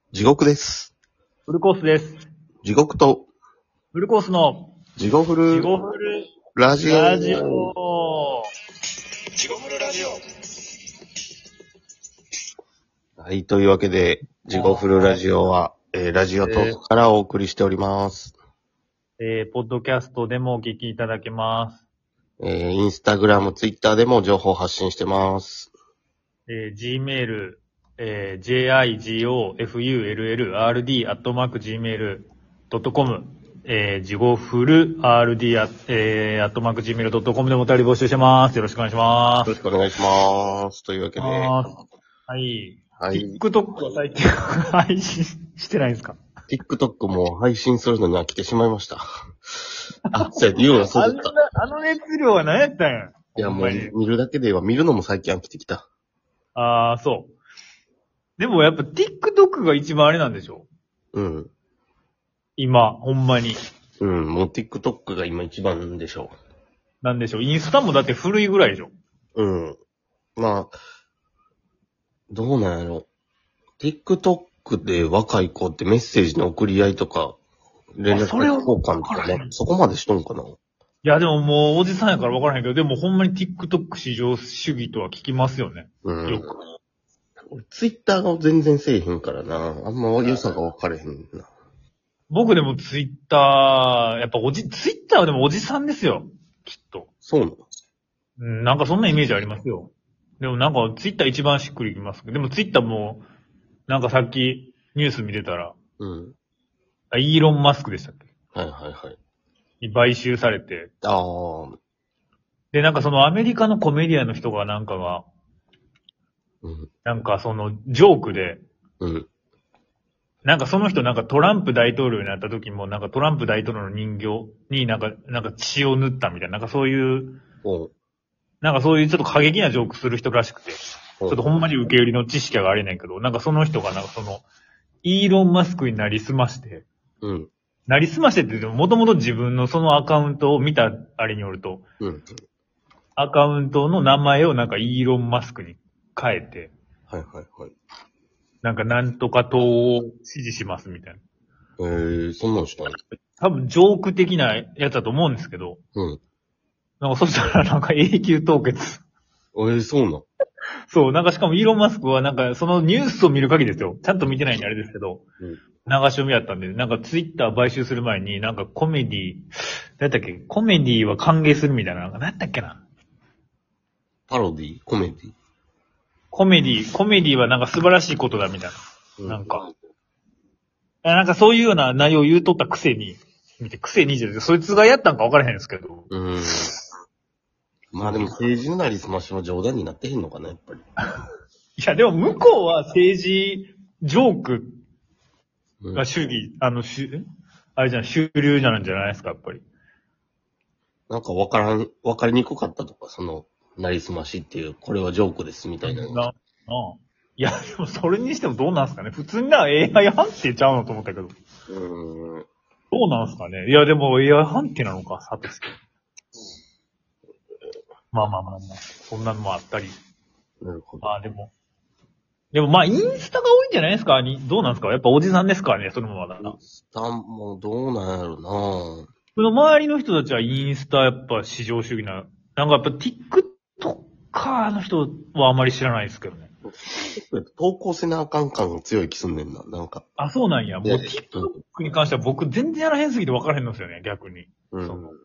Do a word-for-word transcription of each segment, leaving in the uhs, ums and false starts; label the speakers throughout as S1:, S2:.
S1: 地獄です。
S2: フルコースです。
S1: 地獄と、
S2: フルコースの、
S1: 地獄フル、
S2: 地獄フル、
S1: ラジオ。
S2: ラジオ。
S1: 地獄フルラジオ。はい、というわけで、地獄フルラジオは、えー、ラジオトークからお送りしております。
S2: えー、ポッドキャストでもお聞きいただけます。
S1: えー、インスタグラム、ツイッターでも情報発信してます。
S2: えー、Gmail、えー、ジェイアイジーオーエフユーエルエルアールディー アットマーク ジーメール ドットコム、えー、ジゴフル アールディー アッ、えー、アットマーク ジーメール ドットコム でもお便り募集してます。よろしくお願いします。
S1: よろしくお願いします。というわけで、
S2: はい。
S1: はい。
S2: TikTok は最近配信してないんですか？
S1: TikTok も配信するのに飽きてしまいました。あ、そうや、言うのがそうだった。
S2: あんな、あの熱量は何やったんや。
S1: いや、もう
S2: ほんまに。
S1: 見るだけでは、見るのも最近飽きてきた。
S2: ああ、そう。でもやっぱ TikTok が一番あれなんでしょ？
S1: うん。
S2: 今、ほんまに。
S1: うん、もう TikTok が今一番でしょ
S2: なんでしょう。インスタもだって古いぐらいでしょ？
S1: う。うん。まあ、どうなんやろ。TikTok で若い子ってメッセージの送り合いとか、連絡
S2: あそれを
S1: 交換とかね、そこまでしとんかな。
S2: いや、でももうおじさんやから分からへんけど、でもほんまに TikTok 至上主義とは聞きますよね。
S1: うん。
S2: よく。
S1: 俺、Twitter が全然せえへんからな。あんま良さが分かれへんな。
S2: 僕でも Twitter、やっぱおじ、Twitter はでもおじさんですよ。きっと。
S1: そうなの？
S2: うん、なんかそんなイメージありますよ。でもなんか Twitter 一番しっくりきます。でも Twitter も、なんかさっきニュース見てたら、
S1: うん。
S2: あイーロン・マスクでしたっけ？
S1: はいはいはい。
S2: に買収されて。
S1: ああ。
S2: で、なんかそのアメリカのコメディアンの人がなんかが、
S1: うん。
S2: なんかそのジョークで、
S1: うん。
S2: なんかその人なんかトランプ大統領になった時もなんかトランプ大統領の人形になんか、なんか血を塗ったみたいな、なんかそういう、
S1: おう。
S2: なんかそういうちょっと過激なジョークする人らしくて、ち
S1: おう。
S2: ょっとほんまに受け売りの知識があれねんけど、なんかその人がなんかその、イーロン・マスクになりすまして、
S1: うん。
S2: なりすましてって言っても、もともと自分のそのアカウントを見たあれによると、
S1: うん。
S2: アカウントの名前をなんかイーロン・マスクに変えて、
S1: はいはいはい。
S2: なんかなんとか党を支持しますみたいな。
S1: えー、そんなんしたん？
S2: 多分ジョーク的なやつだと思うんですけど、
S1: うん。
S2: なんかそしたらなんか永久凍結。
S1: えー、そうなん？
S2: そう、なんかしかもイーロン・マスクはなんかそのニュースを見る限りですよ。ちゃんと見てないんであれですけど、
S1: うん。
S2: 流し読みやったんで、なんかツイッター買収する前になんかコメディ、何だっけ、コメディは歓迎するみたいな、なんか何だっけな。
S1: パロディ？コメディ？
S2: コメディ、コメディはなんか素晴らしいことだみたい
S1: うん。
S2: な。なんか、なんかそういうような内容を言うとったくせに、見て、くせにじゃなくて、そいつがやったんか分からへんですけど。
S1: うん。まあでも政治のなりすましは冗談になってへんのかな、やっぱり。
S2: いや、でも向こうは政治、ジョーク
S1: うん。
S2: が主義、あの、しゅ、あれじゃん、主流じゃなんじゃないですか、やっぱり。
S1: なんかわからん、わかりにくかったとか、その、なりすましっていう、これはジョークですみたいな。
S2: な、ああ。いや、でもそれにしてもどうなんすかね。普通にな エーアイ 判定ちゃうのと思ったけど。ど
S1: うーん。
S2: うなんすかね。いや、でも エーアイ 判定なのか、さてすけど。まあまあまあまあ。そんなのもあったり。
S1: なるほど。
S2: まあでも。でもまあ、インスタが多いんじゃないですかに、どうなんですかやっぱおじさんですからね、そのままだな。
S1: スタンもどうなんやろな。
S2: その周りの人たちはインスタやっぱ至上主義な。なんかやっぱ TikToker の人はあまり知らないですけどね。
S1: 投稿せなあかん感が強い気すんねんな、なんか。
S2: あ、そうなんや。もう
S1: いや
S2: TikTok に関しては僕全然やらへんすぎて分からへんのですよね、逆に。
S1: うん。
S2: その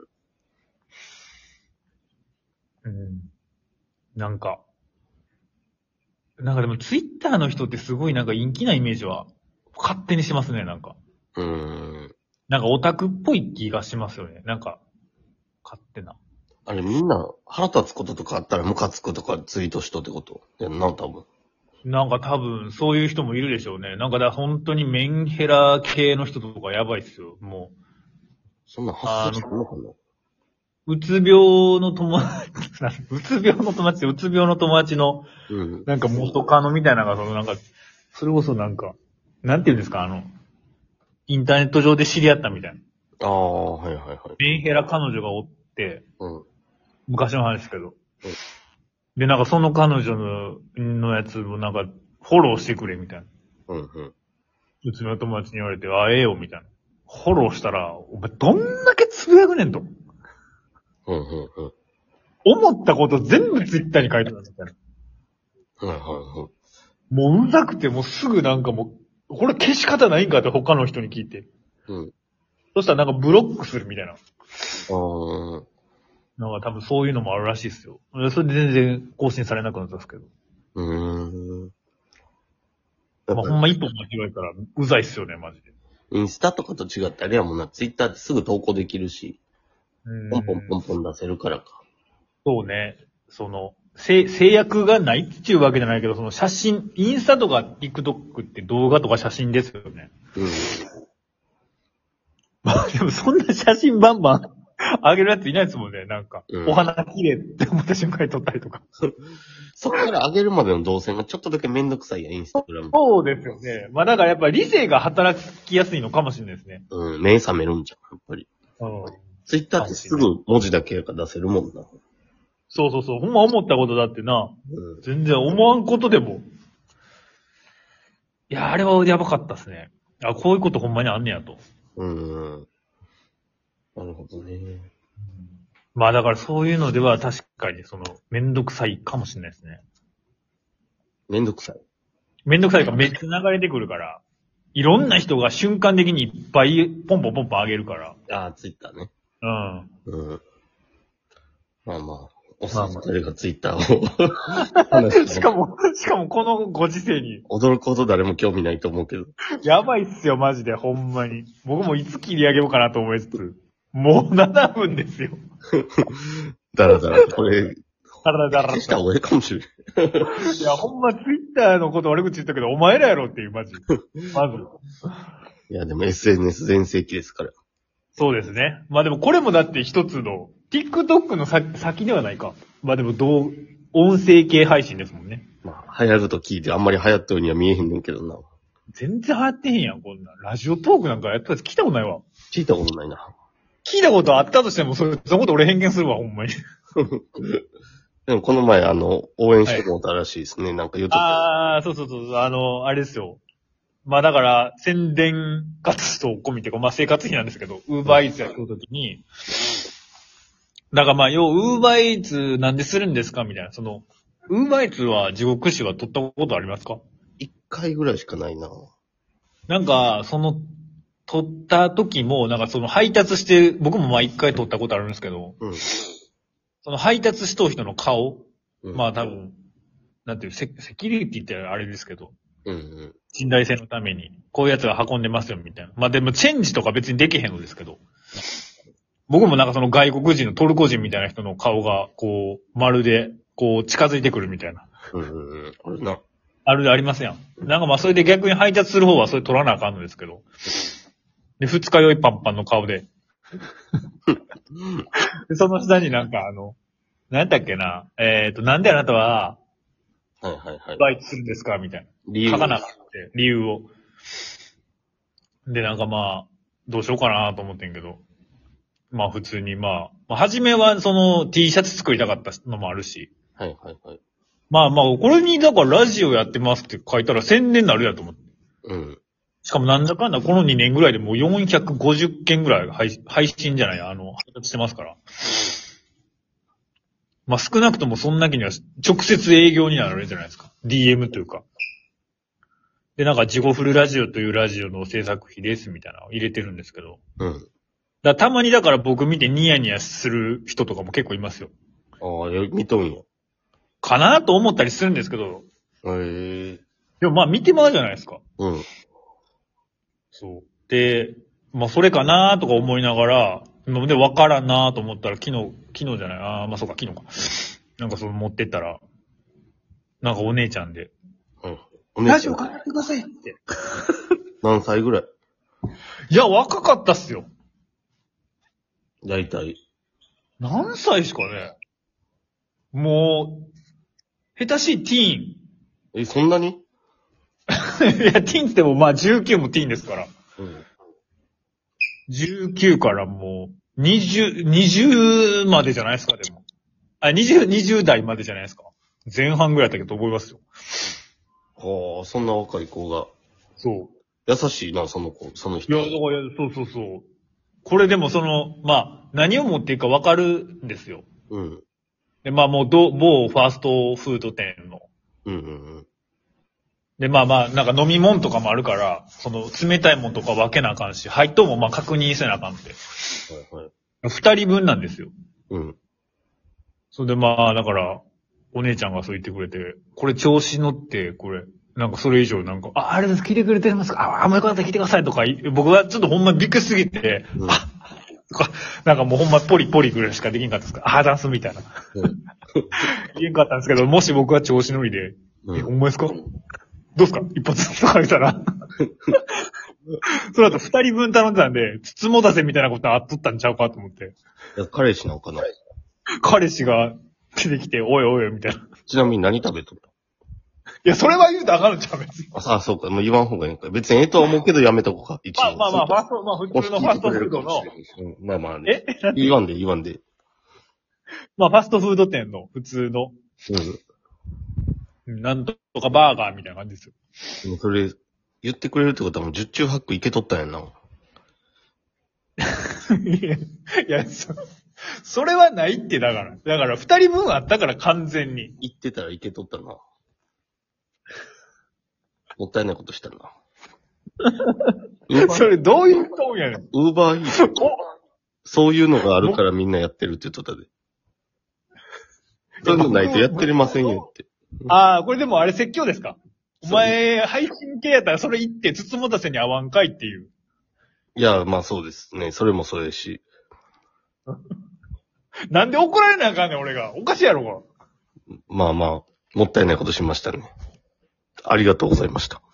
S2: うん。なんか。なんかでも Twitter の人ってすごいなんか陰気なイメージは勝手にしますね、なんか。
S1: うーん。
S2: なんかオタクっぽい気がしますよね。なんか、勝手な。
S1: あれみんな腹立つこととかあったらムカつくとかツイートしとってことやんな、多分。
S2: なんか多分そういう人もいるでしょうね。なんかだから本当にメンヘラ系の人とかやばいっすよ。もう。
S1: そんな発想してんのかな？
S2: うつ病の友達、うつ病の友達、うつ病の友達の、
S1: うん。
S2: なんか元カノみたいなのが、そのなんか、それこそなんか、なんていうんですか、あの、インターネット上で知り合ったみたいな。
S1: ああ、はいはいはい。
S2: メンヘラ彼女がおって、
S1: うん。
S2: 昔の話ですけど。
S1: うん
S2: で、なんかその彼女の、のやつもなんか、フォローしてくれみたいな。
S1: うんうん。
S2: うちの友達に言われて、あ、ええよ、みたいな。フォローしたら、お前どんだけつぶやくねんと。
S1: うんうんうん。
S2: 思ったこと全部ツイッターに書いてたみたいな。
S1: はいはいはい。
S2: もううざくて、もうすぐなんかもう、これ消し方ないんかって他の人に聞いて。
S1: うん。
S2: そしたらなんかブロックするみたいな。
S1: あー。
S2: なんか多分そういうのもあるらしいですよ。それで全然更新されなくなったんですけど。
S1: うーん。
S2: まあほんま一本間違えたらうざいっすよね、マジで。
S1: インスタとかと違ってあれやもんな、ツイッターってすぐ投稿できるし、
S2: うん
S1: ポンポンポンポン出せるからか。
S2: そうね。その、制制約がないっていうわけじゃないけど、その写真、インスタとか TikTok って動画とか写真ですよね。
S1: うん。
S2: まあでもそんな写真バンバン上げるやついないですもんね、なんか。
S1: うん
S2: お花綺麗って思った瞬間に撮ったりとか。
S1: そこから上げるまでの動線がちょっとだけめんどくさいやん、インスタグラム。
S2: そうですよね。まあだからやっぱ理性が働きやすいのかもしれないですね。
S1: うん、目覚めるんじゃん、やっぱり。
S2: うん。
S1: ツイッターってすぐ文字だけやから出せるもんな。
S2: そうそうそう。ほんま思ったことだってな。
S1: うん。
S2: 全然思わんことでも。いや、あれはやばかったっすね。あ、こういうことほんまにあんねやと。
S1: うん。なるほどね。
S2: まあだからそういうのでは確かにその、めんどくさいかもしれないですね。
S1: めんどくさい。
S2: めんどくさいからめっちゃ流れてくるから、いろんな人が瞬間的にいっぱいポンポンポンポン上げるから。
S1: ああ、ツイッターね。
S2: うん。
S1: うん。まあまあ、おっ
S2: まあまあ
S1: さん誰がツイッターを話して
S2: しかも、しかもこのご時世に、
S1: 驚くほど誰も興味ないと思うけど。
S2: やばいっすよ、マジで、ほんまに。僕もいつ切り上げようかなと思いつつ、もうななふんですよ。
S1: だらだら、これ、
S2: だらだら
S1: 消した方がいいかもしれない。
S2: いや、ほんまツイッターのこと悪口言ったけど、お前らやろっていう、マジ。まず。
S1: いや、でも エスエヌエス 全盛期ですから。
S2: そうですね。まあでもこれもだって一つの、TikTok の先先ではないか。まあでもどう、音声系配信ですもんね。
S1: まあ、流行ると聞いてあんまり流行ったようには見えへんねんけどな。
S2: 全然流行ってへんやん、こんなん。ラジオトークなんかやったやつ聞いたことないわ。
S1: 聞いたことないな。
S2: 聞いたことあったとしても、それ、そのこと俺偏見するわ、ほんまに。
S1: でもこの前あの、応援してもらったらしいですね。なんか言うとった。
S2: あー、そうそうそう、あの、あれですよ。まあだから、宣伝活動込みっていうか、まあ生活費なんですけど、ウーバーイーツやった時に、だからまあ、要ウーバーイーツなんでするんですかみたいな。その、ウーバーイーツは地獄紙は取ったことありますか？
S1: 一回ぐらいしかないな。
S2: なんか、その、取った時も、なんかその配達して、僕もまあ一回取ったことあるんですけど、
S1: うん。
S2: その配達しとう人の顔、
S1: うん、
S2: まあ多分、なんていう、セセキュリティってあれですけど、
S1: うんうん。
S2: 信頼性のために、こういうやつが運んでますよ、みたいな。まあでも、チェンジとか別にできへんのですけど、僕もなんかその外国人のトルコ人みたいな人の顔が、こう、まるで、こう、近づいてくるみたいな。
S1: うんうんうん。あれな。
S2: ある、ありますやん。なんかまあそれで逆に配達する方はそれ取らなあかんのですけど。で、二日酔いパンパンの顔で。でその下になんかあの、何やったっけな、えっ、と、なんであなたは、
S1: はいはいはい。
S2: バイトするんですかみたいな。
S1: 理由
S2: 書かなかった理由を。で、なんかまあ、どうしようかなと思ってんけど。まあ普通にまあ、まあ初めはその T シャツ作りたかったのもあるし。
S1: はいはいはい。
S2: まあまあ、これにだからラジオやってますって書いたら宣伝になるやと思って。
S1: うん。
S2: しかもなんだかんだこのにねんぐらいでもうよんひゃくごじゅっけんぐらい配配信じゃない、あの、配達してますから。まあ少なくともそんな気には直接営業になるじゃないですか。ディーエム というか。で、なんか、ジゴフルラジオというラジオの制作費ですみたいなのを入れてるんですけど。
S1: うん。
S2: だからたまにだから僕見てニヤニヤする人とかも結構いますよ。
S1: ああ、よ見とんや。
S2: かなと思ったりするんですけど。
S1: へえ。
S2: でもまあ見てまうじゃないですか。
S1: うん。
S2: そう。で、まあそれかなとか思いながら、で、わからんなと思ったら昨日、昨日じゃない、ああ、まあそうか、昨日か。なんかその持ってったら、なんかお姉ちゃんで、
S1: うん。お姉ちゃん
S2: ラジオ買ってくださいって。
S1: 何歳ぐらい？
S2: いや、若かったっすよ。
S1: 大体。
S2: 何歳しかね。もう、下手しいティーン。
S1: え、そんなに？
S2: いや、ティーンってもまあじゅうきゅうもティーンですから。
S1: うん。
S2: じゅうきゅうからもう、にじゅう、にじゅうまでじゃないですか、でも。あ、にじゅう、にじゅう代までじゃないですか。前半ぐらいだったけど覚えますよ。
S1: はあ、そんな若い子が。
S2: そう。
S1: 優しいな、その子、その人。
S2: いや、だから、そうそうそう。これでもその、まあ、何を持っていくかわかるんですよ。
S1: うん。
S2: で、まあもう、ど、某ファーストフード店の。
S1: うんうんうん。
S2: で、まあまあ、なんか飲み物とかもあるから、その、冷たいもんとか分けなあかんし、配当もまあ確認せなあかんって。
S1: はいはい。
S2: 二人分なんですよ。
S1: うん。
S2: それでまあ、だから、お姉ちゃんがそう言ってくれて、これ調子乗って、これ、なんかそれ以上なんか、あ、あれです、聞いてくれてますかあ、あ、もうよかったら聞いてくださいとかい、僕はちょっとほんまびっくりしすぎて、
S1: うん、
S2: あ、とか、なんかもうほんまポリポリぐらいしかできんかったですから、あ、ダンスみたいな。
S1: うん。
S2: 言えんかったんですけど、もし僕が調子乗りで、
S1: うん、
S2: え、ほんまですかどうですか一発とか言ったら。その後二人分頼んでたんで、つつもたせみたいなことあっとったんちゃうかと思って。
S1: いや、彼氏なんかな。
S2: 彼氏が出てきて、おいおいみたいな。
S1: ちなみに何食べとった
S2: いや、それは言うとあかんのちゃう別に。
S1: あ、そうか。もう言わん方がいいのか。別にええとは思うけどやめとこうか。一
S2: まあ
S1: 応。
S2: まあまあ、ファースト、まあ普通のファーストフードの、
S1: うん、まあまあね。
S2: え
S1: 言わんで、言わんで。
S2: まあファストフード店の普通の、
S1: うん。
S2: なんとかバーガーみたいな感じですよ。
S1: でもそれ、言ってくれるってことはもう十中八九いけとったんやな。
S2: いや、いやそ、それはないってだから。だから二人分あったから完全に。
S1: 言ってたらいけとったな。もったいないことしたな。
S2: それどういうトーンやねん。
S1: ウーバーイーツ。そういうのがあるからみんなやってるって言っとったで。そういうのないとやってれませんよって。
S2: ああ、これでもあれ説教ですかお前、配信系やったらそれ言って、つつもたせに合わんかいっていう。
S1: いや、まあそうですね。それもそうですし。
S2: なんで怒られなあかんねん、俺が。おかしいやろ、これ。
S1: まあまあ、もったいないことしましたね。ありがとうございました。